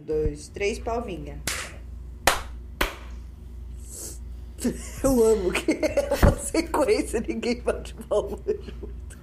2, 3, palminha. Eu amo que é uma sequência, ninguém bate palma junto.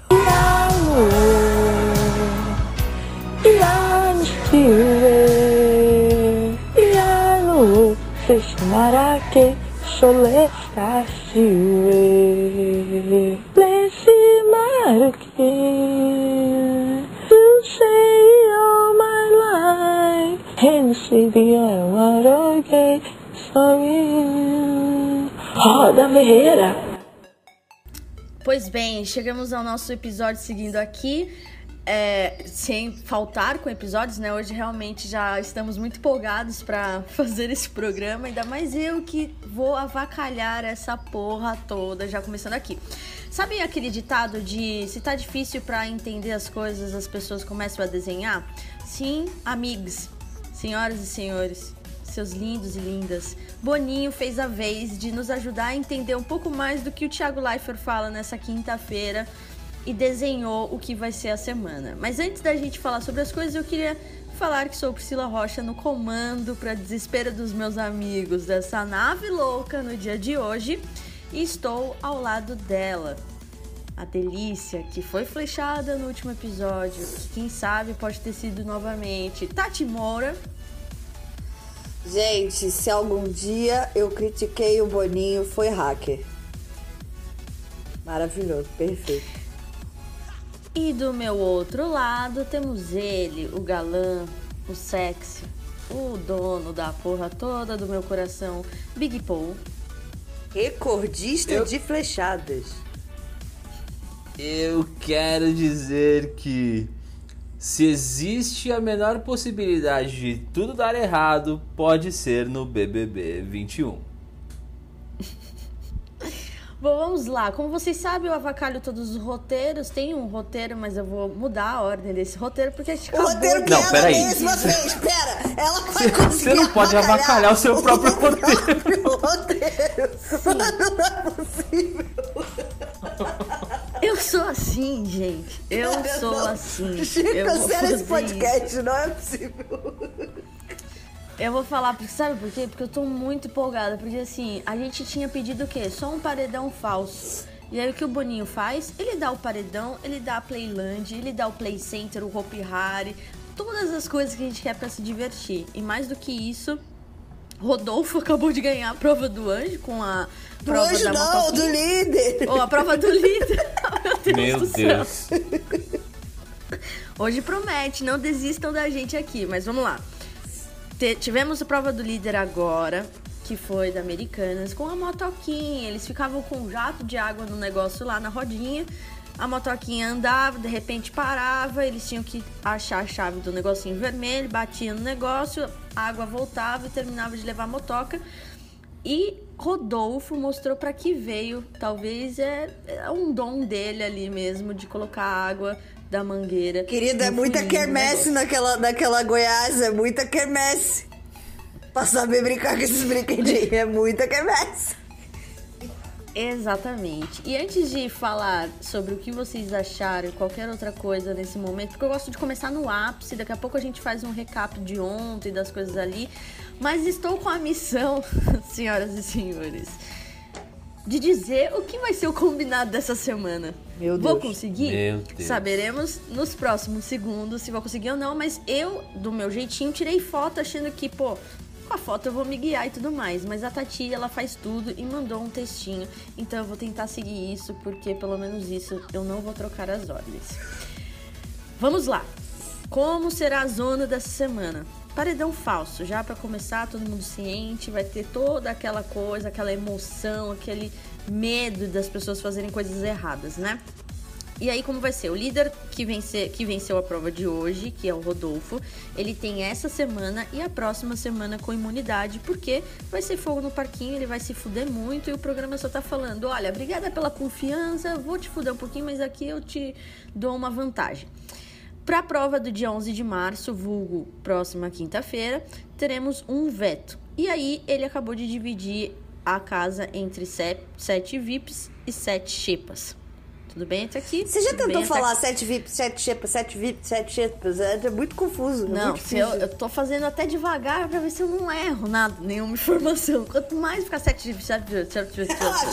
Roda Ferreira. Pois bem, chegamos ao nosso episódio seguindo aqui, sem faltar com episódios, né? Hoje realmente já estamos muito empolgados para fazer esse programa, ainda mais eu que vou avacalhar essa porra toda, já começando aqui. Sabe aquele ditado de se tá difícil para entender as coisas, as pessoas começam a desenhar? Sim, amigos, senhoras e senhores, seus lindos e lindas, Boninho fez a vez de nos ajudar a entender um pouco mais do que o Thiago Leifert fala nessa quinta-feira e desenhou o que vai ser a semana. Mas antes da gente falar sobre as coisas, eu queria falar que sou Priscila Rocha no comando, para desespero dos meus amigos, dessa nave louca no dia de hoje, e estou ao lado dela, a delícia que foi flechada no último episódio, que quem sabe pode ter sido novamente, Tati Moura. Gente, se algum dia eu critiquei o Boninho, foi hacker. Maravilhoso, perfeito. E do meu outro lado temos ele, o galã, o sexy, o dono da porra toda do meu coração, Big Paul. Recordista de flechadas. Eu quero dizer que se existe a menor possibilidade de tudo dar errado, pode ser no BBB 21. Bom, vamos lá. Como vocês sabem, eu avacalho todos os roteiros. Tem um roteiro, mas eu vou mudar a ordem desse roteiro, porque a gente acabou... O roteiro que ela mesma fez. Pera, ela vai conseguir Você não pode avacalhar o seu próprio roteiro. Não é possível. Eu sou assim, gente. Eu sou assim. Cancela esse podcast, não é possível. Eu vou falar, sabe por quê? Porque eu tô muito empolgada. Porque assim, a gente tinha pedido o quê? Só um paredão falso. E aí o que o Boninho faz? Ele dá o paredão, ele dá a Playland, ele dá o Play Center, o Hopi Hari, todas as coisas que a gente quer pra se divertir. E mais do que isso, Rodolfo acabou de ganhar a prova do anjo com a prova anjo da não, do líder. Ou a prova do líder. Meu Deus. Hoje promete, não desistam da gente aqui, mas vamos lá. Tivemos a prova do líder agora, que foi da Americanas, com a motoquinha. Eles ficavam com um jato de água no negócio lá na rodinha. A motoquinha andava, de repente parava, eles tinham que achar a chave do negocinho vermelho, batia no negócio, a água voltava e terminava de levar a motoca. E Rodolfo mostrou para que veio. Talvez é um dom dele ali mesmo, de colocar água da mangueira. Querida, é muita quermesse naquela Goiás, é muita quermesse. Pra saber brincar com esses brinquedinhos, é muita quermesse. Exatamente. E antes de falar sobre o que vocês acharam e qualquer outra coisa nesse momento, porque eu gosto de começar no ápice, daqui a pouco a gente faz um recap de ontem, das coisas ali, mas estou com a missão, senhoras e senhores, de dizer o que vai ser o combinado dessa semana. Meu Deus. Vou conseguir? Meu Deus. Saberemos nos próximos segundos se vou conseguir ou não, mas eu, do meu jeitinho, tirei foto achando que, com a foto eu vou me guiar e tudo mais, mas a Tati, ela faz tudo e mandou um textinho, então eu vou tentar seguir isso, porque pelo menos isso eu não vou trocar as ordens. Vamos lá. Como será a zona dessa semana? Paredão falso, já pra começar, todo mundo ciente, vai ter toda aquela coisa, aquela emoção, aquele medo das pessoas fazerem coisas erradas, né? E aí como vai ser? O líder que venceu a prova de hoje, que é o Rodolfo, ele tem essa semana e a próxima semana com imunidade, porque vai ser fogo no parquinho, ele vai se fuder muito e o programa só tá falando, olha, obrigada pela confiança, vou te fuder um pouquinho, mas aqui eu te dou uma vantagem. Para a prova do dia 11 de março, vulgo próxima quinta-feira, teremos um veto. E aí ele acabou de dividir a casa entre 7 VIPs e 7 xepas. Tudo bem até aqui? Você já Tudo bem tentou até falar aqui? 7 VIP, 7 xepa, 7 VIP, 7 xepas? É muito confuso. É Não, muito se difícil. eu tô fazendo até devagar pra ver se eu não erro nada, nenhuma informação. Quanto mais ficar 7 VIP, 7 VIP, 7 VIP,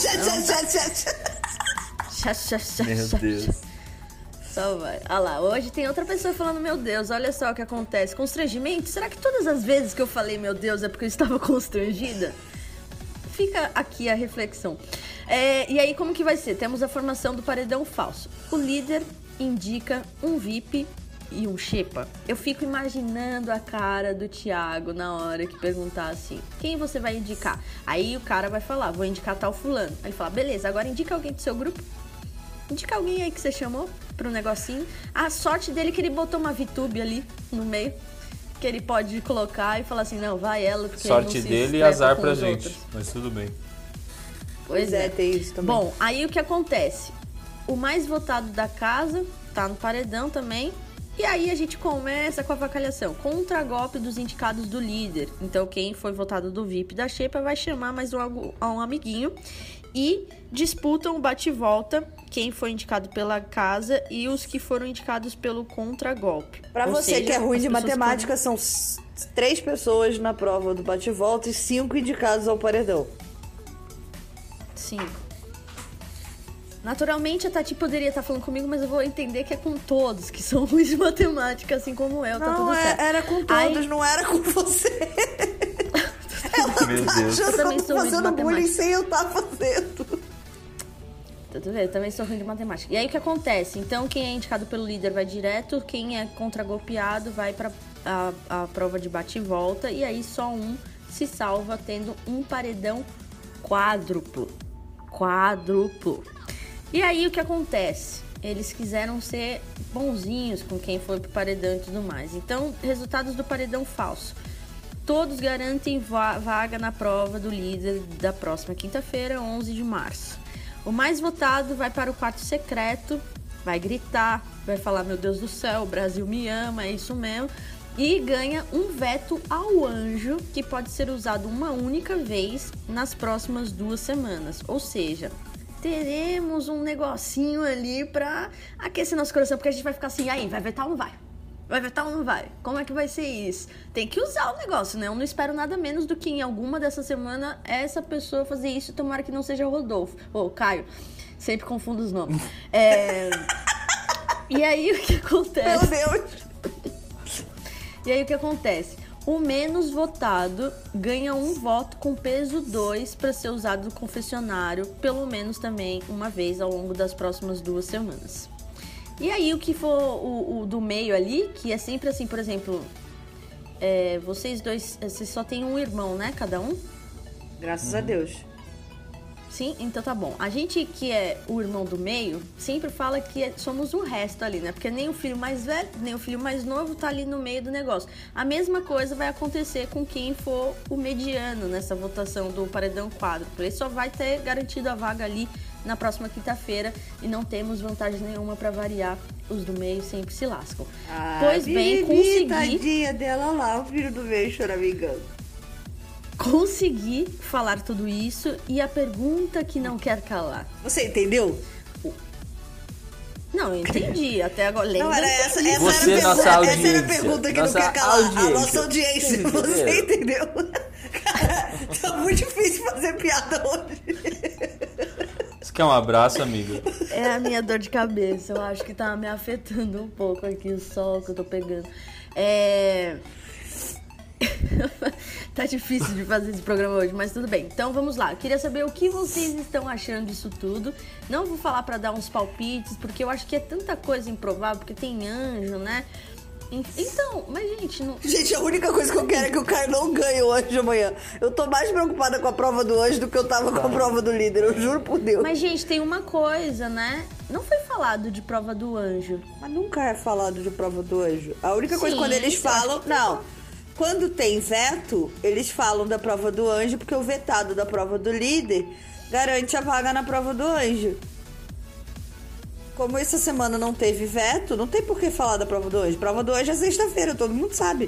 Meu Deus. Só vai. Olha lá, hoje tem outra pessoa falando, meu Deus, olha só o que acontece. Constrangimento? Será que todas as vezes que eu falei, meu Deus, é porque eu estava constrangida? Fica aqui a reflexão. E aí, como que vai ser? Temos a formação do paredão falso. O líder indica um VIP e um xepa. Eu fico imaginando a cara do Thiago na hora que perguntar assim, quem você vai indicar? Aí o cara vai falar, vou indicar tal fulano. Aí ele fala, beleza, agora indica alguém do seu grupo. Indica alguém aí que você chamou pro negocinho. A sorte dele é que ele botou uma VTube ali no meio, que ele pode colocar e falar assim, não, vai ela, porque Sorte não se dele e estrepa azar com pra os gente. outros. Mas tudo bem. Pois é, tem isso também. Bom, aí o que acontece? O mais votado da casa tá no paredão também. E aí a gente começa com a avacalhação. Contra-golpe dos indicados do líder. Então quem foi votado do VIP da xepa vai chamar mais um amiguinho. E disputam o bate-volta, quem foi indicado pela casa e os que foram indicados pelo contra-golpe. Pra Ou você seja, que é ruim as de pessoas matemática, são 3 pessoas na prova do bate-volta e 5 indicados ao paredão. Sim. Naturalmente a Tati poderia estar falando comigo, mas eu vou entender que é com todos que são ruins de matemática, assim como eu, tá Não, tudo certo. era com todos, Aí- não era com você. Meu Deus. Achando Eu que também eu tô sou ruim de fazendo bullying matemática. sem eu estar fazendo. Tudo bem, eu também sou ruim de matemática. E aí o que acontece? Então quem é indicado pelo líder vai direto, quem é contra-golpeado vai pra a prova de bate e volta, e aí só um se salva tendo um paredão quádruplo. Quádruplo. E aí o que acontece? Eles quiseram ser bonzinhos com quem foi pro paredão e tudo mais. Então, resultados do paredão falso. Todos garantem vaga na prova do líder da próxima quinta-feira, 11 de março. O mais votado vai para o quarto secreto, vai gritar, vai falar, meu Deus do céu, o Brasil me ama, é isso mesmo. E ganha um veto ao anjo, que pode ser usado uma única vez nas próximas 2 semanas. Ou seja, teremos um negocinho ali pra aquecer nosso coração, porque a gente vai ficar assim, aí, vai vetar ou não vai? Vai vetar ou não vai? Como é que vai ser isso? Tem que usar o negócio, né? Eu não espero nada menos do que em alguma dessa semana essa pessoa fazer isso. Tomara que não seja o Rodolfo ou Caio. Sempre confundo os nomes. E aí o que acontece? Meu Deus. E aí o que acontece? O menos votado ganha um voto com peso 2 para ser usado no confessionário, pelo menos também uma vez ao longo das próximas 2 semanas. E aí o que for o do meio ali, que é sempre assim, por exemplo, vocês dois, vocês só tem um irmão, né, cada um? Graças a Deus. Sim, então tá bom. A gente que é o irmão do meio, sempre fala que somos o resto ali, né? Porque nem o filho mais velho, nem o filho mais novo tá ali no meio do negócio. A mesma coisa vai acontecer com quem for o mediano nessa votação do paredão quádruplo. Ele só vai ter garantido a vaga ali na próxima quinta-feira e não temos vantagem nenhuma pra variar. Os do meio sempre se lascam. Pois bem, consegui... Tadinha dela lá, o filho do meio choramingando. Consegui falar tudo isso e a pergunta que não quer calar. Você entendeu? Não, eu entendi. Até agora. Não, Lembra? era essa, Entendi. Você, era a nossa pergunta, audiência. essa era a pergunta que Nossa não quer calar. audiência. A nossa audiência, Entendeu? você entendeu? Cara, tá muito difícil fazer piada hoje. Você quer um abraço, amigo? É a minha dor de cabeça. Eu acho que tá me afetando um pouco aqui o sol que eu tô pegando. Tá difícil de fazer esse programa hoje, mas tudo bem. Então vamos lá. Eu queria saber o que vocês estão achando disso tudo. Não vou falar pra dar uns palpites, porque eu acho que é tanta coisa improvável, porque tem anjo, né? Então, mas gente... Não... Gente, a única coisa que eu quero é que o Caio não ganhe o anjo amanhã. Eu tô mais preocupada com a prova do anjo do que eu tava com a prova do líder, eu juro por Deus. Mas, gente, tem uma coisa, né? Não foi falado de prova do anjo. Mas nunca é falado de prova do anjo. A única coisa Sim, quando eles eu falam... acho que Não, quando tem veto, eles falam da prova do anjo, porque o vetado da prova do líder garante a vaga na prova do anjo. Como essa semana não teve veto, não tem por que falar da prova do anjo. Prova do anjo é sexta-feira, todo mundo sabe.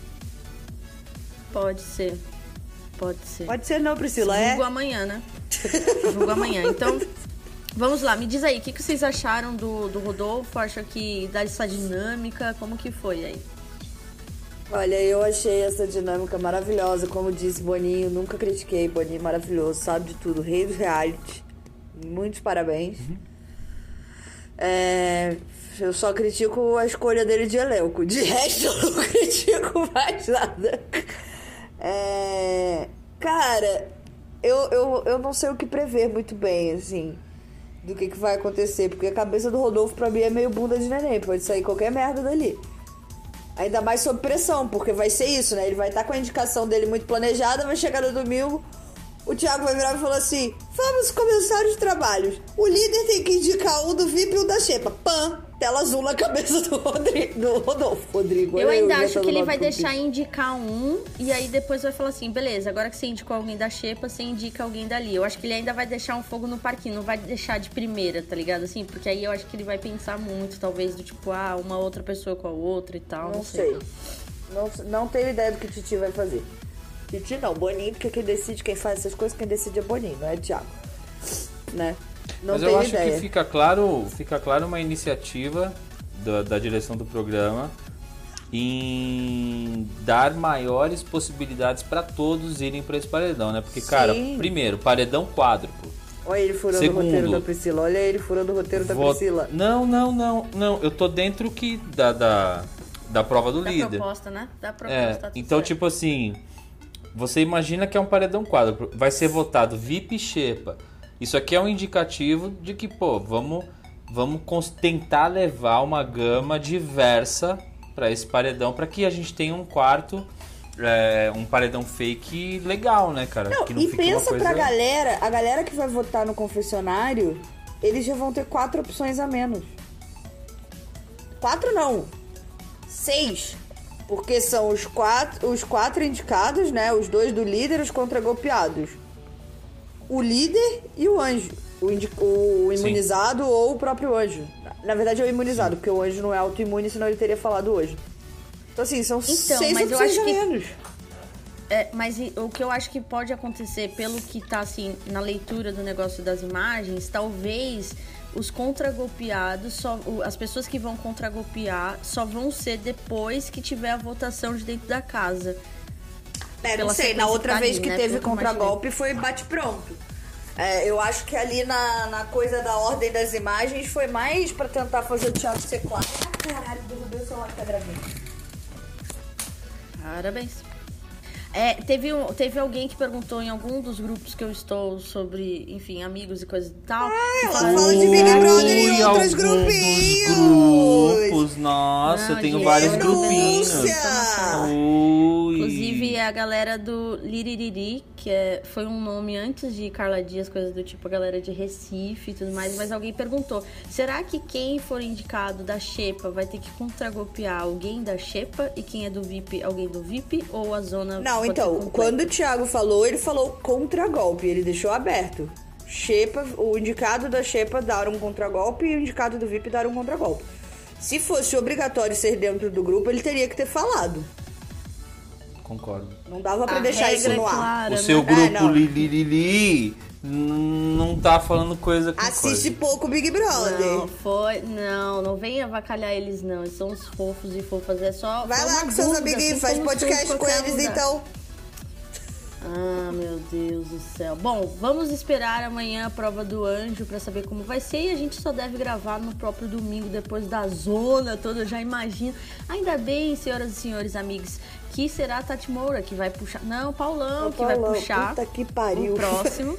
Pode ser. Pode ser. Pode ser não, Priscila, Julgo amanhã, né? Julgo amanhã. Então, Vamos lá, me diz aí, o que vocês acharam do Rodolfo? Acham que dá essa dinâmica? Como que foi aí? Olha, eu achei essa dinâmica maravilhosa. Como disse Boninho, nunca critiquei. Boninho maravilhoso, sabe de tudo. Rei do reality. Muitos parabéns. Eu só critico a escolha dele de elenco. De resto, eu não critico mais nada. Cara, eu não sei o que prever muito bem, assim, do que vai acontecer. Porque a cabeça do Rodolfo, pra mim, é meio bunda de neném. Pode sair qualquer merda dali. Ainda mais sob pressão, porque vai ser isso, né? Ele vai estar com a indicação dele muito planejada, vai chegar no domingo, o Thiago vai virar e falar assim: vamos começar os trabalhos. O líder tem que indicar um do VIP e um da Xepa. Pã! Tela azul na cabeça do Rodolfo. Rodrigo. Eu ainda acho que ele vai deixar indicar um e aí depois vai falar assim, beleza, agora que você indicou alguém da Xepa, você indica alguém dali. Eu acho que ele ainda vai deixar um fogo no parquinho, não vai deixar de primeira, tá ligado? Assim, porque aí eu acho que ele vai pensar muito, talvez, do tipo, uma outra pessoa com a outra e tal. Não sei. Não tenho ideia do que o Titi vai fazer. Titi não, Boninho, porque quem decide, quem faz essas coisas, quem decide é Boninho, não é Thiago. Né? Não Mas tenho eu acho ideia. que fica claro uma iniciativa da direção do programa em dar maiores possibilidades para todos irem para esse paredão, né? Porque, cara, primeiro, paredão quádruplo. Olha ele furando o roteiro da Priscila. Olha ele furando o roteiro da Priscila. Não. Eu tô dentro da prova do líder. Da proposta, né? Da proposta. Então, tipo assim, você imagina que é um paredão quádruplo. Vai ser votado VIP e Xepa. Isso aqui é um indicativo de que, pô, vamos tentar levar uma gama diversa para esse paredão, para que a gente tenha um quarto, um paredão fake legal, né, cara? Não, que não e fique pensa uma coisa... pra galera, a galera que vai votar no confessionário, eles já vão ter 4 opções a menos. 4 não, 6. Porque são os quatro indicados, né? Os 2 do líder, os contragolpeados. O líder e o anjo. O imunizado. Sim. Ou o próprio anjo. Na verdade é o imunizado, porque o anjo não é autoimune, senão ele teria falado hoje. Então assim, são 6 opções a menos. Mas o que eu acho que pode acontecer, pelo que tá assim, na leitura do negócio das imagens, talvez os contragolpeados, as pessoas que vão contragolpear só vão ser depois que tiver a votação de dentro da casa. Não sei, na outra vez que teve contragolpe foi bate-pronto. Eu acho que ali na coisa da ordem das imagens foi mais pra tentar fazer o Thiago ser claro. Caralho, derrubei o celular que tá gravando. Parabéns. Teve alguém que perguntou em algum dos grupos que eu estou sobre, enfim, amigos e coisas e tal. Ela fala de Big Brother em outros grupos. Nossa, eu tenho vários grupinhos. Inclusive a galera do Liririri, que foi um nome antes de Carla Dias, coisas do tipo, a galera de Recife e tudo mais. Mas alguém perguntou, será que quem for indicado da Xepa vai ter que contragolpear alguém da Xepa e quem é do VIP, alguém do VIP? Ou a zona... Não, então, quando o Thiago falou, ele falou contragolpe, ele deixou aberto. Xepa, o indicado da Xepa dar um contragolpe e o indicado do VIP dar um contragolpe. Se fosse obrigatório ser dentro do grupo, ele teria que ter falado. Concordo. Não dava pra deixar isso no ar. Clara, o seu grupo Lili não tá falando coisa com Assiste coisa. pouco Big Brother. Não venha avacalhar eles não. Eles são uns fofos e fofas. É só. Vai lá com seus amiguinhos, faz podcast com eles então. Ah, meu Deus do céu. Bom, vamos esperar amanhã a prova do anjo pra saber como vai ser. E a gente só deve gravar no próprio domingo, depois da zona toda, eu já imagino. Ainda bem, senhoras e senhores amigos, que será a Tati Moura que vai puxar. Não, Paulão que vai puxar. Puta que pariu. O próximo.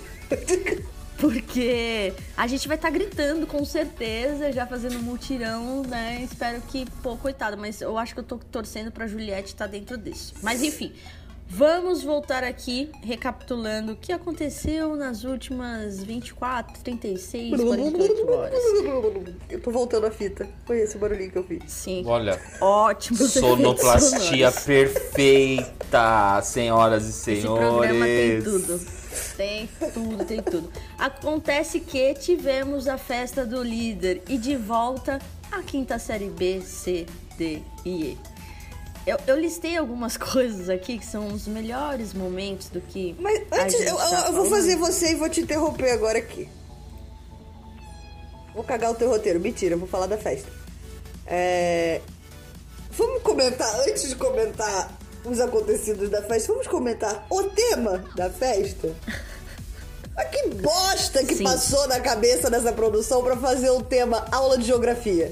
Porque a gente vai estar gritando, com certeza, já fazendo mutirão, né? Espero que, coitado, mas eu acho que eu tô torcendo pra Juliette estar dentro disso. Mas enfim. Vamos voltar aqui, recapitulando o que aconteceu nas últimas 24, 36, 48 horas. Eu tô voltando a fita. Foi esse o barulhinho que eu fiz. Sim. Olha, ótimo. Sonoplastia perfeita, senhoras e senhores. Esse programa tem tudo. Acontece que tivemos a festa do líder e de volta a quinta série B, C, D e E. Eu listei algumas coisas aqui que são os melhores momentos do que... Mas antes, eu vou fazer você e vou te interromper agora aqui. Vou cagar o teu roteiro. Mentira, eu vou falar da festa. Vamos comentar, antes de comentar os acontecidos da festa, vamos comentar o tema da festa? Mas que bosta que passou na cabeça dessa produção pra fazer o tema aula de geografia.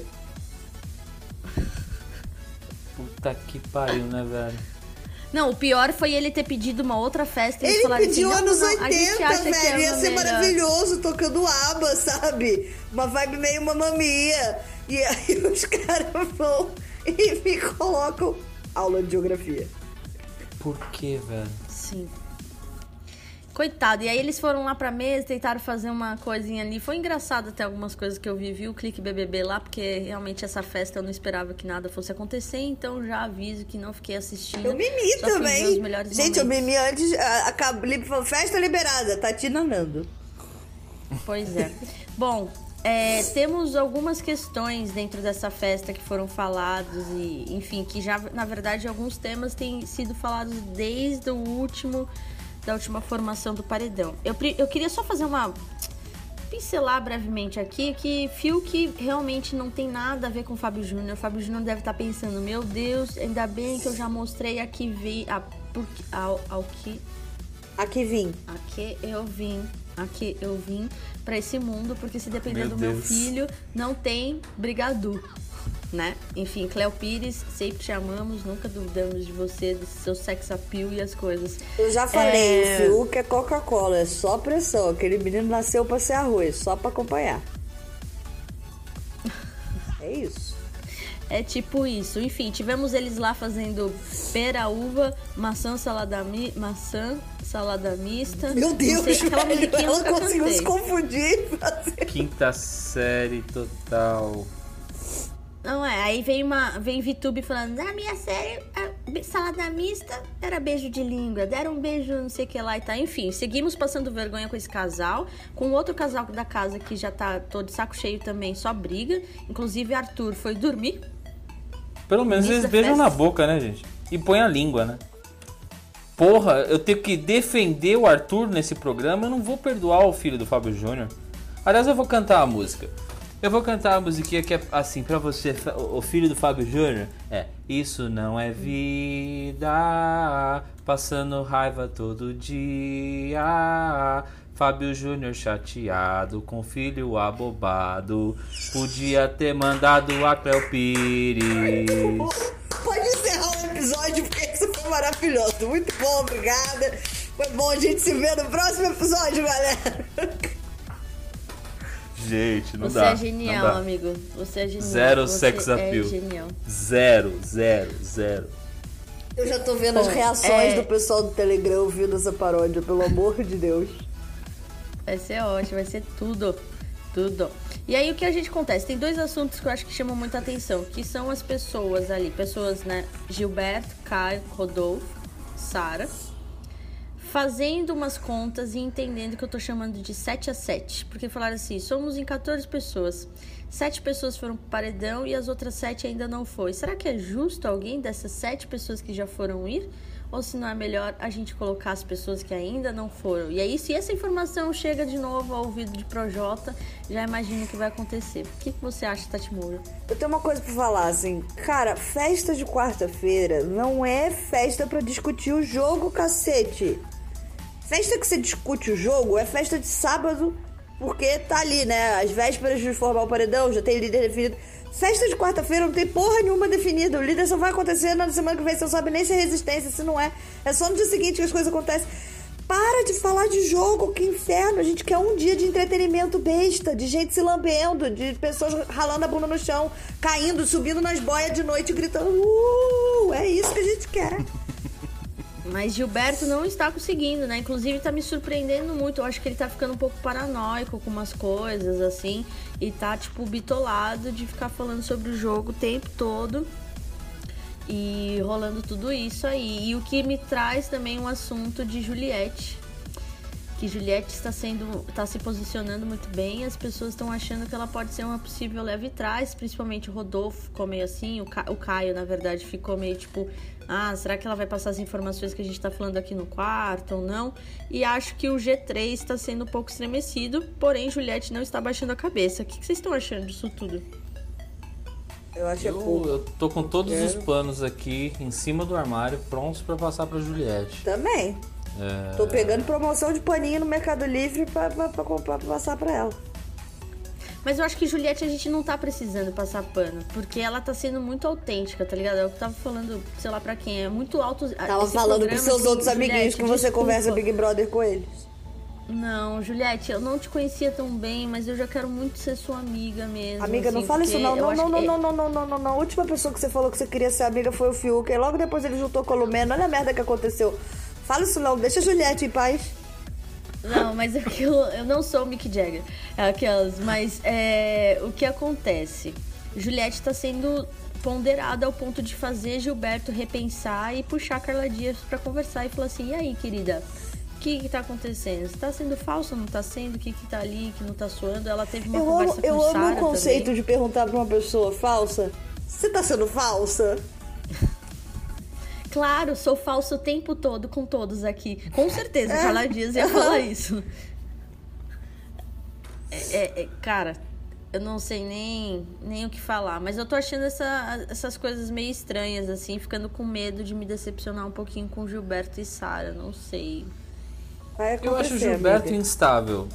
Puta que pariu, né, velho? Não, o pior foi ele ter pedido uma outra festa. Ele pediu assim, anos não, 80, velho. Ia ser melhor. maravilhoso, tocando aba, sabe? Uma vibe meio Mamma Mia. E aí os caras vão e me colocam aula de geografia. Por que, velho? Sim. Coitado, e aí eles foram lá pra mesa, tentaram fazer uma coisinha ali. Foi engraçado até algumas coisas que eu vi o Clique BBB lá, porque realmente essa festa eu não esperava que nada fosse acontecer, então já aviso que não fiquei assistindo. Eu mimi também. Gente, eu mimi antes, festa liberada, Tatina Nando. Pois é. Bom, temos algumas questões dentro dessa festa que foram falados e, enfim, que já, na verdade, alguns temas têm sido falados desde da última formação do Paredão. Eu queria só fazer pincelar brevemente aqui que Fiuk realmente não tem nada a ver com o Fábio Júnior. O Fábio Júnior deve estar pensando, meu Deus, ainda bem que eu já mostrei aqui eu vim pra esse mundo, porque se depender do meu filho, não tem brigadu, né? Enfim, Cléo Pires, sempre te amamos, nunca duvidamos de você, do seu sex appeal e as coisas. Eu já falei, o Fiuk é Coca-Cola, é só pressão. Aquele menino nasceu pra ser arroz, só pra acompanhar. É isso. É tipo isso. Enfim, tivemos eles lá fazendo pera, uva, maçã, salada mista. Meu Deus, ela conseguiu se confundir. Quinta série total. Não aí vem VTube falando, na minha série, salada mista era beijo de língua, deram um beijo não sei o que lá e tá. Enfim, seguimos passando vergonha com esse casal, com outro casal da casa que já tá todo de saco cheio também, só briga. Inclusive Arthur foi dormir. Pelo menos eles beijam na boca, né, gente? E põe a língua, né? Porra, eu tenho que defender o Arthur nesse programa, eu não vou perdoar o filho do Fábio Júnior. Aliás, eu vou cantar a música. Eu vou cantar a musiquinha que é assim, pra você, o filho do Fábio Júnior. Isso não é vida, passando raiva todo dia. Fábio Júnior chateado, com filho abobado. Podia ter mandado a Cléo Pires. Pode encerrar o episódio, porque isso foi maravilhoso. Muito bom, obrigada. Foi bom, a gente se vê no próximo episódio, galera. Gente, não Você dá. É genial, amigo. Você é genial. Zero você sex appeal. É genial. Zero. Eu já tô vendo as reações do pessoal do Telegram ouvindo essa paródia, pelo amor de Deus. Vai ser ótimo, vai ser tudo. E aí o que a gente acontece? Tem dois assuntos que eu acho que chamam muita atenção, que são as pessoas ali. Pessoas, né? Gilberto, Caio, Rodolfo, Sara. Fazendo umas contas e entendendo que eu tô chamando de 7-7. Porque falaram assim, somos em 14 pessoas. 7 pessoas foram pro paredão e as outras 7 ainda não foi. Será que é justo alguém dessas 7 pessoas que já foram ir? Ou se não é melhor a gente colocar as pessoas que ainda não foram? E aí, se essa informação chega de novo ao ouvido de Projota, já imagino o que vai acontecer. O que você acha, Tati Moura? Eu tenho uma coisa pra falar, assim. Cara, festa de quarta-feira não é festa pra discutir o jogo, cacete. Festa que você discute o jogo é festa de sábado, porque tá ali, né? As vésperas de formar o paredão, já tem líder definido. Festa de quarta-feira não tem porra nenhuma definida. O líder só vai acontecer na semana que vem. Você não sabe nem se é resistência, se não é. É só no dia seguinte que as coisas acontecem. Para de falar de jogo, que inferno. A gente quer um dia de entretenimento besta, de gente se lambendo, de pessoas ralando a bunda no chão, caindo, subindo nas boias de noite, gritando. É isso que a gente quer. Mas Gilberto não está conseguindo, né? Inclusive tá me surpreendendo muito. Eu acho que ele tá ficando um pouco paranoico com umas coisas, assim. E tá, tipo, bitolado de ficar falando sobre o jogo o tempo todo. E rolando tudo isso aí. E o que me traz também um assunto de Juliette. que Juliette está se posicionando muito bem, as pessoas estão achando que ela pode ser uma possível leve trás, principalmente o Rodolfo ficou meio assim, o Caio, na verdade, ficou meio tipo, será que ela vai passar as informações que a gente tá falando aqui no quarto ou não? E acho que o G3 está sendo um pouco estremecido, porém Juliette não está baixando a cabeça. O que vocês estão achando disso tudo? Eu acho que é pouco. Eu tô com todos os panos aqui em cima do armário, prontos pra passar pra Juliette. Também. Tô pegando promoção de paninho no Mercado Livre pra passar pra ela. Mas eu acho que Juliette a gente não tá precisando passar pano, porque ela tá sendo muito autêntica, tá ligado? Eu tava falando, sei lá pra quem, é muito alto. Tava falando pros seus outros amiguinhos que você conversa Big Brother com eles. Não, Juliette, eu não te conhecia tão bem, mas eu já quero muito ser sua amiga mesmo. Amiga, assim, não fala isso não. Não. A última pessoa que você falou que você queria ser amiga foi o Fiuk, e logo depois ele juntou com a Lumena. Olha a merda que aconteceu. Fala isso não, deixa a Juliette em paz. Não, mas eu não sou o Mick Jagger, mas o que acontece? Juliette tá sendo ponderada ao ponto de fazer Gilberto repensar e puxar a Carla Dias pra conversar e falar assim, e aí, querida? O que tá acontecendo? Você tá sendo falsa ou não tá sendo? O que tá ali, que não tá suando? Ela teve uma conversa com Sara. Eu amo o conceito de perguntar pra uma pessoa falsa, você tá sendo falsa? Claro, sou falsa o tempo todo com todos aqui. Com certeza, Carla Dias ia falar isso. Cara, eu não sei nem o que falar, mas eu tô achando essas coisas meio estranhas, assim, ficando com medo de me decepcionar um pouquinho com Gilberto e Sara, não sei. Eu acho o Gilberto instável.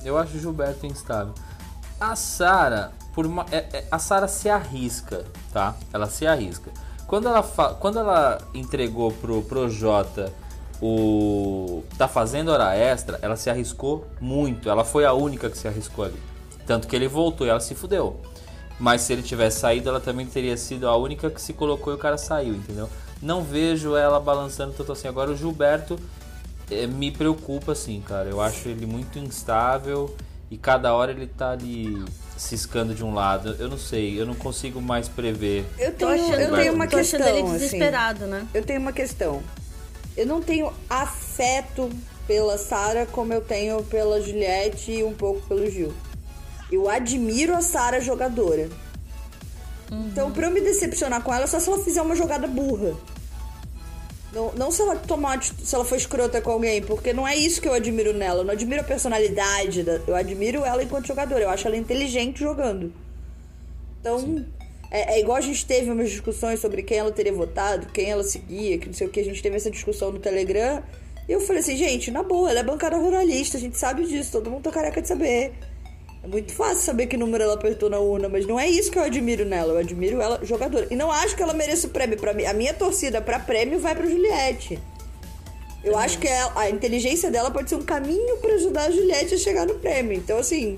A Sara, a Sara se arrisca, tá? Ela se arrisca. Quando ela entregou pro Projota o Tá Fazendo Hora Extra, ela se arriscou muito. Ela foi a única que se arriscou ali. Tanto que ele voltou e ela se fudeu. Mas se ele tivesse saído, ela também teria sido a única que se colocou e o cara saiu, entendeu? Não vejo ela balançando tanto assim. Agora o Gilberto me preocupa, assim, cara. Eu acho ele muito instável e cada hora ele tá ali ciscando de um lado. Eu não sei, eu não consigo mais prever. Eu tenho uma questão, ele desesperado, assim, né? Eu tenho uma questão. Eu não tenho afeto pela Sara como eu tenho pela Juliette e um pouco pelo Gil. Eu admiro a Sara jogadora. Então, pra eu me decepcionar com ela, só se ela fizer uma jogada burra. Não se ela for escrota com alguém, porque não é isso que eu admiro nela. Eu não admiro a personalidade, eu admiro ela enquanto jogadora. Eu acho ela inteligente jogando. Então, é igual a gente teve umas discussões sobre quem ela teria votado, quem ela seguia, que não sei o que. A gente teve essa discussão no Telegram. E eu falei assim, gente, na boa, ela é bancada ruralista, a gente sabe disso, todo mundo tá careca de saber. É muito fácil saber que número ela apertou na urna, mas não é isso que eu admiro nela. Eu admiro ela jogadora. E não acho que ela mereça o prêmio. Pra mim, a minha torcida pra prêmio vai pra Juliette. Eu acho que a inteligência dela pode ser um caminho pra ajudar a Juliette a chegar no prêmio. Então, assim...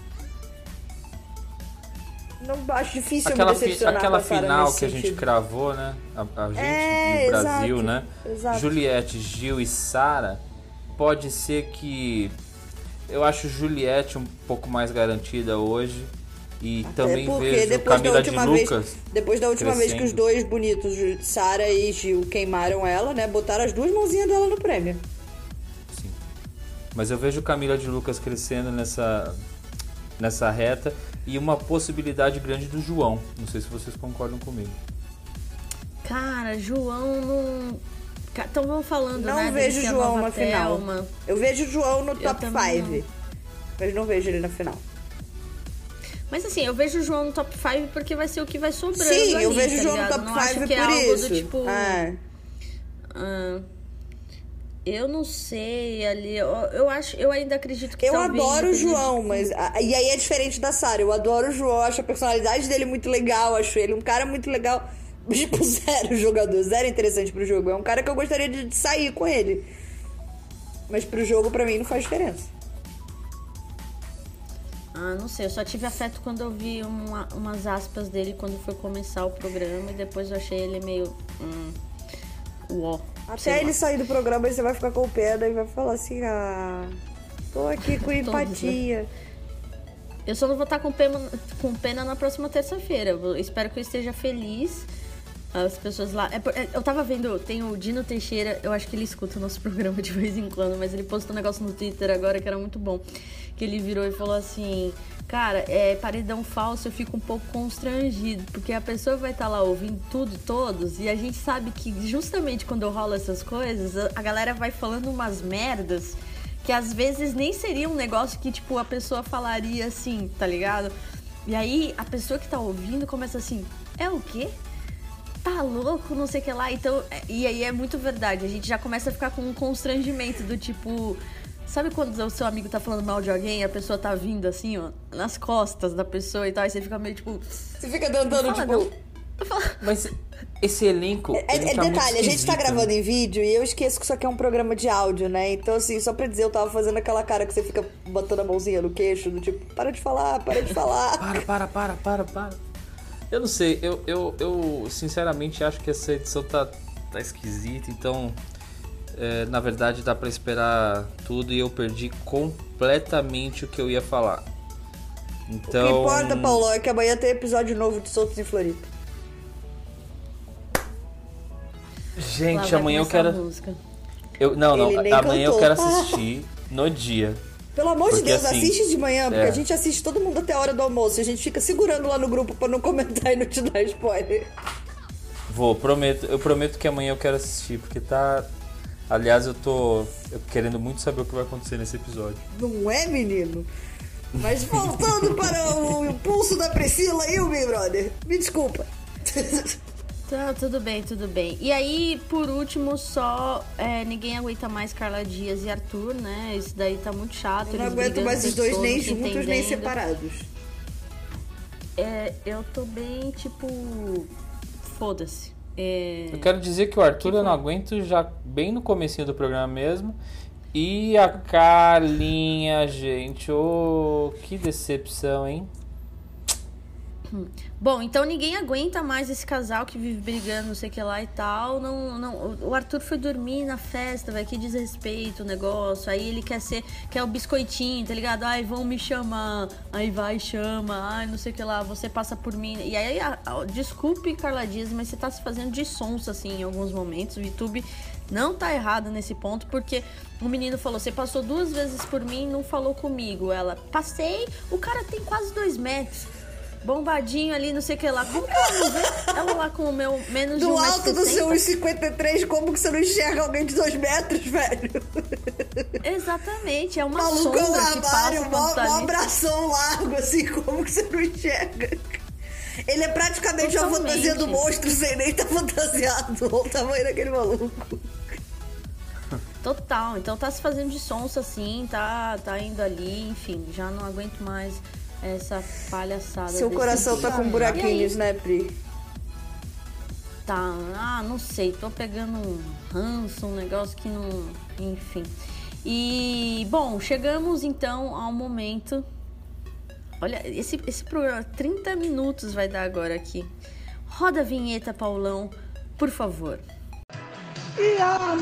Não acho difícil eu me decepcionar aquela com a Sara final nesse que a gente sentido. cravou, né? A gente e o Brasil, exato, né? Exato. Juliette, Gil e Sara, pode ser que... Eu acho Juliette um pouco mais garantida hoje. E Até também porque vejo Camila de Lucas. Depois da última vez que os crescendo. dois bonitos, Sara e Gil, queimaram ela, né? Botaram as duas mãozinhas dela no prêmio. Sim. Mas eu vejo Camila de Lucas crescendo nessa reta. E uma possibilidade grande do João. Não sei se vocês concordam comigo. Cara, João não... Então vamos falando, Não né? vejo dele ser a João nova na final. Thelma. Eu vejo o João no Eu top também 5. Mas não vejo ele na final. Mas assim, eu vejo o João no top 5 porque vai ser o que vai sobrando. Sim, eu ali, vejo o tá João no ligado? top Não acho 5 que é por algo isso. do tipo. É. Eu não sei ali. Eu ainda acredito que Eu talvez, adoro o João, independente mas... E aí é diferente da Sara. Eu adoro o João, acho a personalidade dele muito legal, acho ele um cara muito legal. Tipo, zero jogador, zero interessante pro jogo. É um cara que eu gostaria de sair com ele. Mas pro jogo, pra mim, não faz diferença. não sei, eu só tive afeto quando eu vi umas aspas dele quando foi começar o programa e depois eu achei ele meio... uó. Até ele sair do programa, aí você vai ficar com pena e vai falar assim, tô aqui com empatia. Né? Eu só não vou estar com pena na próxima terça-feira. Eu espero que eu esteja feliz As pessoas lá... Eu tava vendo, tem o Dino Teixeira, eu acho que ele escuta o nosso programa de vez em quando, mas ele postou um negócio no Twitter agora que era muito bom. Que ele virou e falou assim... Cara, paredão falso, eu fico um pouco constrangido, porque a pessoa vai estar lá ouvindo tudo e todos, e a gente sabe que justamente quando rola essas coisas, a galera vai falando umas merdas que às vezes nem seria um negócio que, tipo, a pessoa falaria assim, tá ligado? E aí a pessoa que tá ouvindo começa assim, é o quê? Tá louco, não sei o que lá. Então, e aí é muito verdade, a gente já começa a ficar com um constrangimento do tipo... Sabe quando o seu amigo tá falando mal de alguém e a pessoa tá vindo assim, ó, nas costas da pessoa e tal, e você fica meio tipo... Você fica tentando, tipo... Mas esse elenco... detalhe, a gente tá gravando em vídeo e eu esqueço que isso aqui é um programa de áudio, né? Então, assim, só pra dizer, eu tava fazendo aquela cara que você fica botando a mãozinha no queixo, do tipo, para de falar, para de falar. Para. Eu não sei, eu sinceramente acho que essa edição tá esquisita, então... na verdade dá pra esperar tudo e eu perdi completamente o que eu ia falar. Então... O que importa, Paulo, é que amanhã tem episódio novo de Soltos em Floripa. Gente, amanhã eu quero... Amanhã eu quero assistir no dia. Pelo amor de Deus, assim, assiste de manhã, porque a gente assiste todo mundo até a hora do almoço. A gente fica segurando lá no grupo pra não comentar e não te dar spoiler. Eu prometo que amanhã eu quero assistir, porque tá... Aliás, eu tô querendo muito saber o que vai acontecer nesse episódio. Não é, menino? Mas voltando para o impulso da Priscila e o Big Brother. Me desculpa. Tá, tudo bem. E aí, por último, só ninguém aguenta mais Carla Dias e Arthur, né? Isso daí tá muito chato. Eu não aguento mais os dois nem juntos, nem separados. Eu tô bem, tipo... Foda-se. Eu quero dizer que o Arthur eu não aguento já bem no comecinho do programa mesmo. E a Carlinha, gente, que decepção, hein? Bom, então ninguém aguenta mais esse casal que vive brigando, não sei o que lá e tal. O Arthur foi dormir na festa, velho, que desrespeito o negócio. Aí ele quer o biscoitinho, tá ligado? Ai, vão me chamar. Aí vai, chama. Ai, não sei o que lá, você passa por mim. E aí, desculpe, Carla Dias, mas você tá se fazendo de sonsa, assim, em alguns momentos. O YouTube não tá errado nesse ponto, porque o menino falou, você passou 2 vezes por mim e não falou comigo. Ela, passei, o cara tem quase 2 metros. Bombadinho ali, não sei o que lá. Como que ela não vê? Ela lá com o meu menos de 1,60 m. Do alto do seu 1,53, como que você não enxerga alguém de 2 metros, velho? Exatamente, é uma maluco sombra é um que passa armário, um abração largo, assim, como que você não enxerga? Ele é praticamente uma fantasia do monstro, sem nem tá fantasiado. Olha o tamanho daquele maluco. Total, então tá se fazendo de sonsa assim, tá indo ali, enfim, já não aguento mais essa palhaçada. Seu coração tá com buraquinhos, né, Pri? Tá, não sei, tô pegando um ranço, um negócio que não... Enfim. E, bom, chegamos então ao momento... Olha, esse programa, 30 minutos vai dar agora aqui. Roda a vinheta, Paulão, por favor. Iar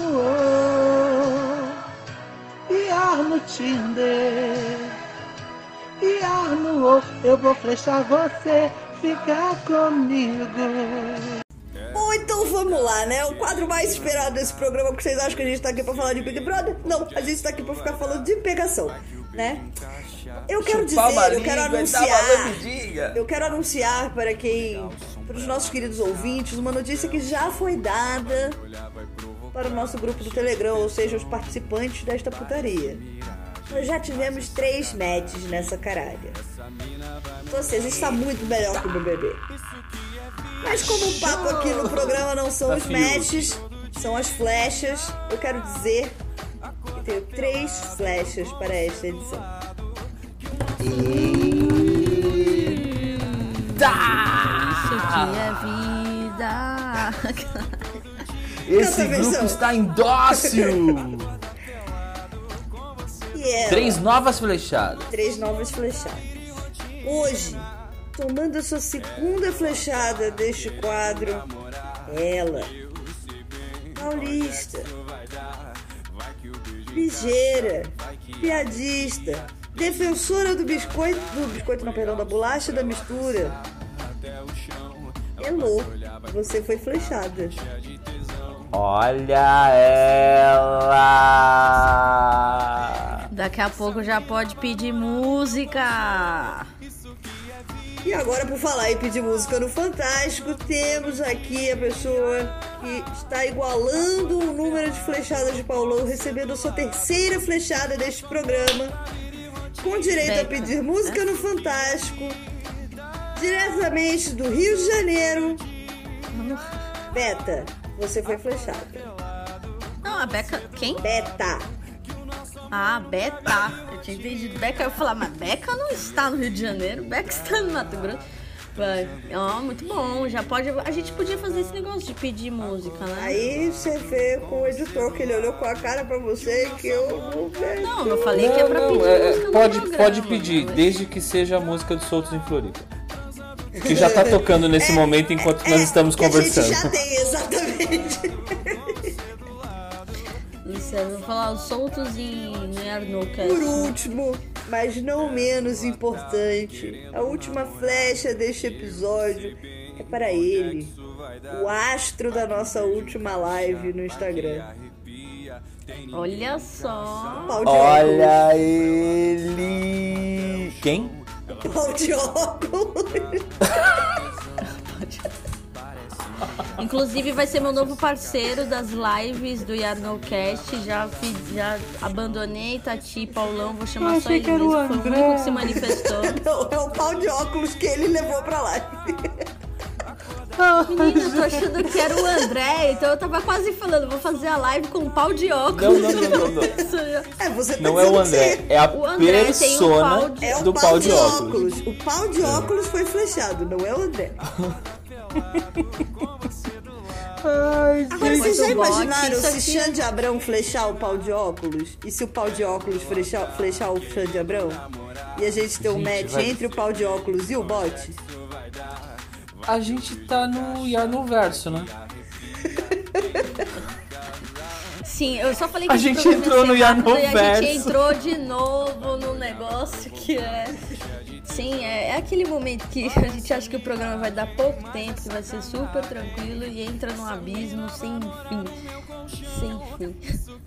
no Tinder, iar no eu vou flechar você, ficar comigo. Bom, então vamos lá, né? O quadro mais esperado desse programa, porque vocês acham que a gente tá aqui pra falar de Big Brother? Não, a gente tá aqui pra ficar falando de pegação, né? Eu quero anunciar para os nossos queridos ouvintes, uma notícia que já foi dada para o nosso grupo do Telegram, ou seja, os participantes desta putaria. Nós já tivemos 3 matches nessa caralha. Então assim, a gente tá muito melhor que o BBB. Mas como o papo aqui no programa não são os matches, são as flechas, eu quero dizer que tenho 3 flechas para esta edição. Isso que é vida. Esse grupo está indócil. 3 novas flechadas. 3 novas flechadas. Hoje, tomando a sua segunda flechada deste quadro, ela, paulista, ligeira, piadista, defensora do biscoito não, perdão, da bolacha da mistura, Elô. você foi flechada. Olha ela! Daqui a pouco já pode pedir música. E agora, por falar em pedir música no Fantástico, temos aqui a pessoa que está igualando o número de flechadas de Paulão, recebendo a sua terceira flechada deste programa, com direito a Beca, pedir música no Fantástico, diretamente do Rio de Janeiro. Beta, você foi flechada. Não, a Beca... Quem? Beta. Ah, Beta. Eu tinha entendido Beca. Eu ia falar, mas Beca não está no Rio de Janeiro. Beca está no Mato Grosso. Vai. Ó, muito bom. Já pode... A gente podia fazer esse negócio de pedir música, né? Aí você vê com o editor que ele olhou com a cara pra você que eu não vejo. Não, eu falei que é pra pedir música no programa, pode pedir, mas- desde que seja a música dos Soltos em Floripa. Que já tá tocando nesse momento enquanto nós estamos que conversando. A gente já tem, exatamente. Isso, eu vou falar os soltos em Nerdnocast. Por último, mas não menos importante, a última flecha deste episódio é para ele, o astro da nossa última live no Instagram. Olha só. Pau de Olha ele! Quem? óculos. Pau de óculos. Inclusive vai ser meu novo parceiro das lives do Yarnocast. Já abandonei Tati e Paulão, vou chamar só ele mesmo. Foi o único que se manifestou. Não, é o pau de óculos que ele levou pra live. Menina, eu tô achando que era o André, então eu tava quase falando, vou fazer a live com um pau de óculos. Não. É, você tá Não é o dizendo André, que é a O André tem um persona pau de- é o do pau de óculos. O pau de óculos foi flechado, não é o André. Agora, vocês já Muito bom, imaginaram isso se aqui- Xande Abrão flechar o pau de óculos? E se o pau de óculos flechar o Xande Abrão? E a gente ter um Gente, match vai- entre o pau de óculos e o bot? A gente tá no Yarnoverso, né? Sim, eu só falei que A esse gente programa entrou ia ser no rápido e a Yarnoverso. gente entrou de novo no negócio que é... Sim, é aquele momento que a gente acha que o programa vai dar pouco tempo, que vai ser super tranquilo e entra num abismo sem fim. Sem fim.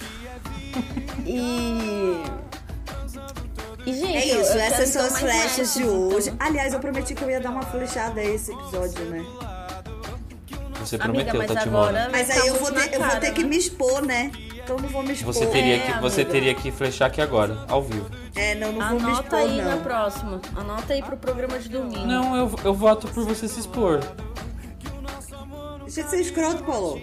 E gente, É eu isso, quero essas são então as mais flechas essas, de hoje. então. Aliás, eu prometi que eu ia dar uma flechada a esse episódio, né? Você Amiga, prometeu, mas Tatimona. agora... Mas tá aí eu muito vou na ter, eu vou cara, ter que né? me expor, né? Então não vou me expor. Você amiga. teria que flechar aqui agora, ao vivo. É, não vou me Anota expor, aí na não. próxima. Anota aí pro programa de domingo. Não, eu voto por você se expor. Deixa de ser escroto, Paulo.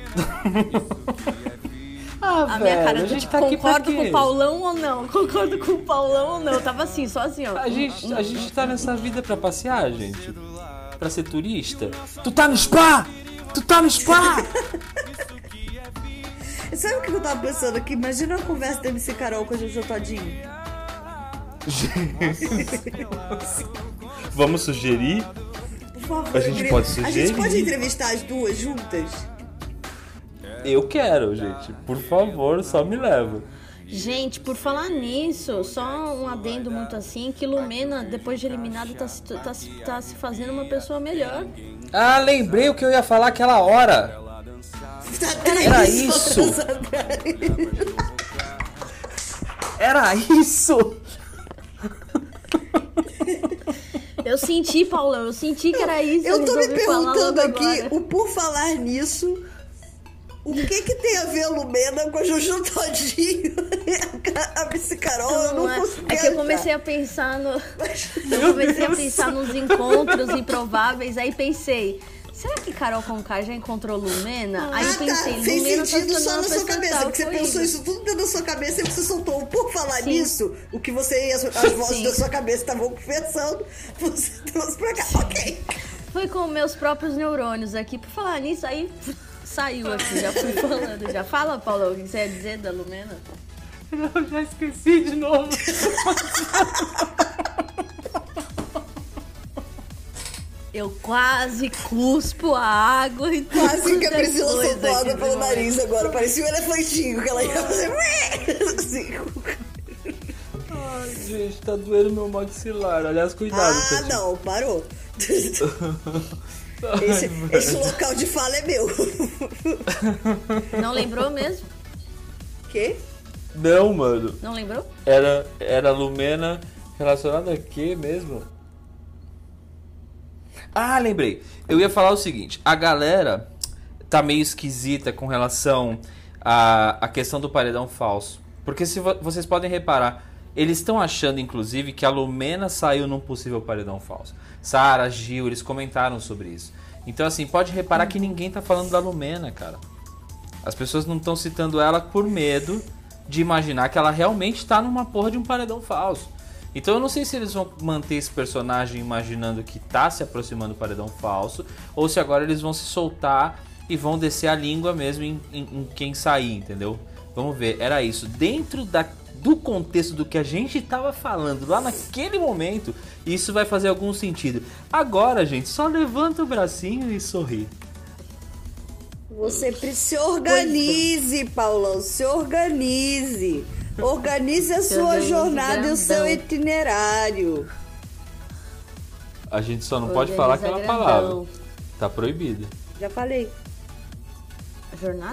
Ah, A minha cara, a do gente tipo, tá aqui pra concordo quê? com o Paulão ou não? Concordo com o Paulão ou não? Eu tava assim, só assim, ó. A gente tá nessa vida pra passear, gente. Pra ser turista. Tu tá no spa! Tu tá no spa! Sabe o que eu tava pensando aqui? Imagina a conversa da MC Carol com a Jojo Todinho. Vamos sugerir? Por favor, A gente eu pode A sugerir? gente pode entrevistar as duas juntas? Eu quero, gente. Por favor, só me leva. Gente, por falar nisso, só um adendo muito assim, que Lumena, depois de eliminado, tá se fazendo uma pessoa melhor. Ah, lembrei o que eu ia falar aquela hora. Era isso. Era isso. Eu senti, Paulão, eu senti que era isso. Eu tô me resolvi falar perguntando logo aqui, agora. o por falar nisso, o que tem a ver a Lumena com a Jojo Todinho? A MC Carol, eu não consigo É que eu achar. comecei a pensar no. Eu comecei a pensar nos encontros improváveis, aí pensei. Será que Carol Conká já encontrou Lumena? Aí eu pensei, fez Lumena tá sentido se só tornando na uma sua pessoa cabeça, tal, porque você foi pensou isso. isso tudo dentro da sua cabeça e você soltou. Por falar Sim. nisso, o que você e as vozes Sim. da sua cabeça estavam conversando, você trouxe pra cá. Ok. Foi com meus próprios neurônios aqui. Por falar nisso, aí saiu aqui, já fui falando. Já fala, Paulo, o que você ia dizer da Lumena? Eu já esqueci de novo. Eu quase cuspo a água e tudo. Quase que a Priscila coisa soltou água aqui, pelo viu? nariz agora. Parecia um elefantinho que ela ia fazer. Assim. Ai, gente, tá doendo meu maxilar. Aliás, cuidado, Ah, Tatinho. não, parou. Esse local de fala é meu. Não lembrou mesmo? Quê? Não, mano. Não lembrou? Era Lumena relacionada a quê mesmo? Ah, lembrei. Eu ia falar o seguinte. A galera tá meio esquisita com relação à questão do paredão falso. Porque se vocês podem reparar, eles estão achando, inclusive, que a Lumena saiu num possível paredão falso. Sara, Gil, eles comentaram sobre isso. Então, assim, pode reparar que ninguém tá falando da Lumena, cara. As pessoas não estão citando ela por medo de imaginar que ela realmente tá numa porra de um paredão falso. Então eu não sei se eles vão manter esse personagem imaginando que tá se aproximando do paredão falso, ou se agora eles vão se soltar e vão descer a língua mesmo em quem sair, entendeu? Vamos ver, era isso. Dentro do contexto do que a gente tava falando lá naquele momento, isso vai fazer algum sentido. Agora, gente, só levanta o bracinho e sorri. Você se organize, Paulão, se organize. Organize a sua jornada e o seu itinerário. A gente só não pode falar aquela palavra. Tá proibido. Já falei. Jornada?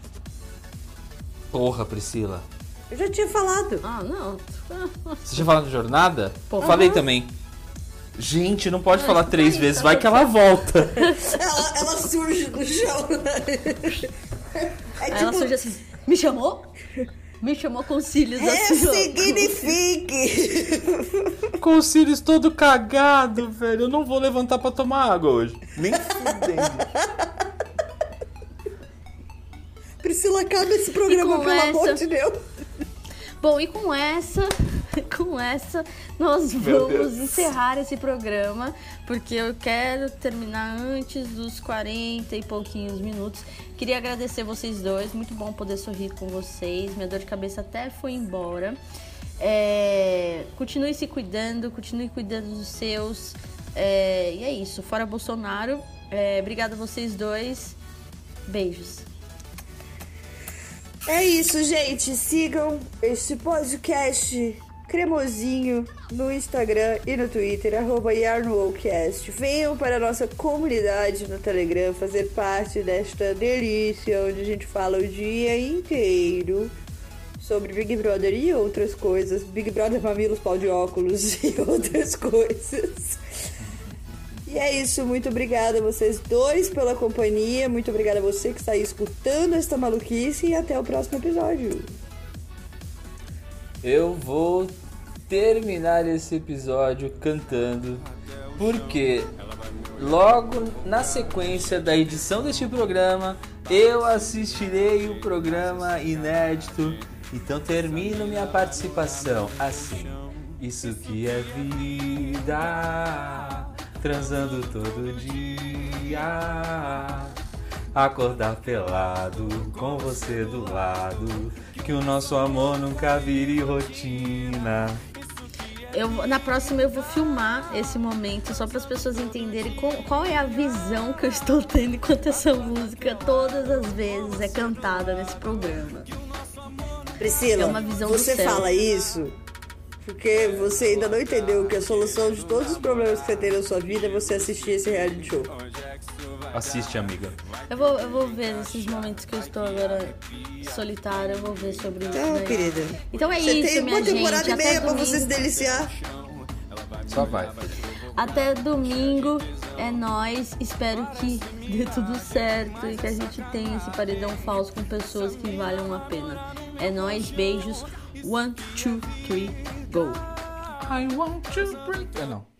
Porra, Priscila. Eu já tinha falado. Ah, não. Você tinha falado de jornada? Pô, falei também. Gente, não pode falar 3 vezes, vai que ela volta. ela surge do chão. Aí ela surge assim, me chamou? Me chamou com cílios assim. Ressignifique. Com os cílios todo cagado, velho. Eu não vou levantar pra tomar água hoje. Nem fudendo. Priscila, acaba esse programa, pelo amor de Deus. Bom, e com essa nós vamos encerrar esse programa, porque eu quero terminar antes dos 40 e pouquinhos minutos. Queria agradecer vocês dois, muito bom poder sorrir com vocês, minha dor de cabeça até foi embora. Continue se cuidando, continue cuidando dos seus, e é isso, fora Bolsonaro. Obrigada a vocês dois, beijos. É isso, gente. Sigam este podcast cremosinho no Instagram e no Twitter, @YarnoWallcast. Venham para a nossa comunidade no Telegram fazer parte desta delícia, onde a gente fala o dia inteiro sobre Big Brother e outras coisas. Big Brother, mamilos, pau de óculos e outras coisas. E é isso, muito obrigada a vocês dois pela companhia, muito obrigada a você que está aí escutando esta maluquice e até o próximo episódio. Eu vou terminar esse episódio cantando, porque logo na sequência da edição deste programa, eu assistirei o programa inédito, então termino minha participação assim. Isso que é vida, transando todo dia, acordar pelado com você do lado, que o nosso amor nunca vire rotina. Na próxima eu vou filmar esse momento só para as pessoas entenderem qual é a visão que eu estou tendo enquanto essa música todas as vezes é cantada nesse programa. Priscila, é uma visão você do céu. fala isso porque você ainda não entendeu que a solução de todos os problemas que você tem na sua vida é você assistir esse reality show. Assiste, amiga. Eu vou ver nesses momentos que eu estou agora solitária, eu vou ver sobre isso. Então, querida. Então é você isso, tem minha uma temporada gente. e meia pra domingo. você se deliciar. Só vai. Até domingo, é nóis. Espero que dê tudo certo e que a gente tenha esse paredão falso com pessoas que valham a pena. É nóis, beijos. 1, 2, 3, go. I want to break. Não.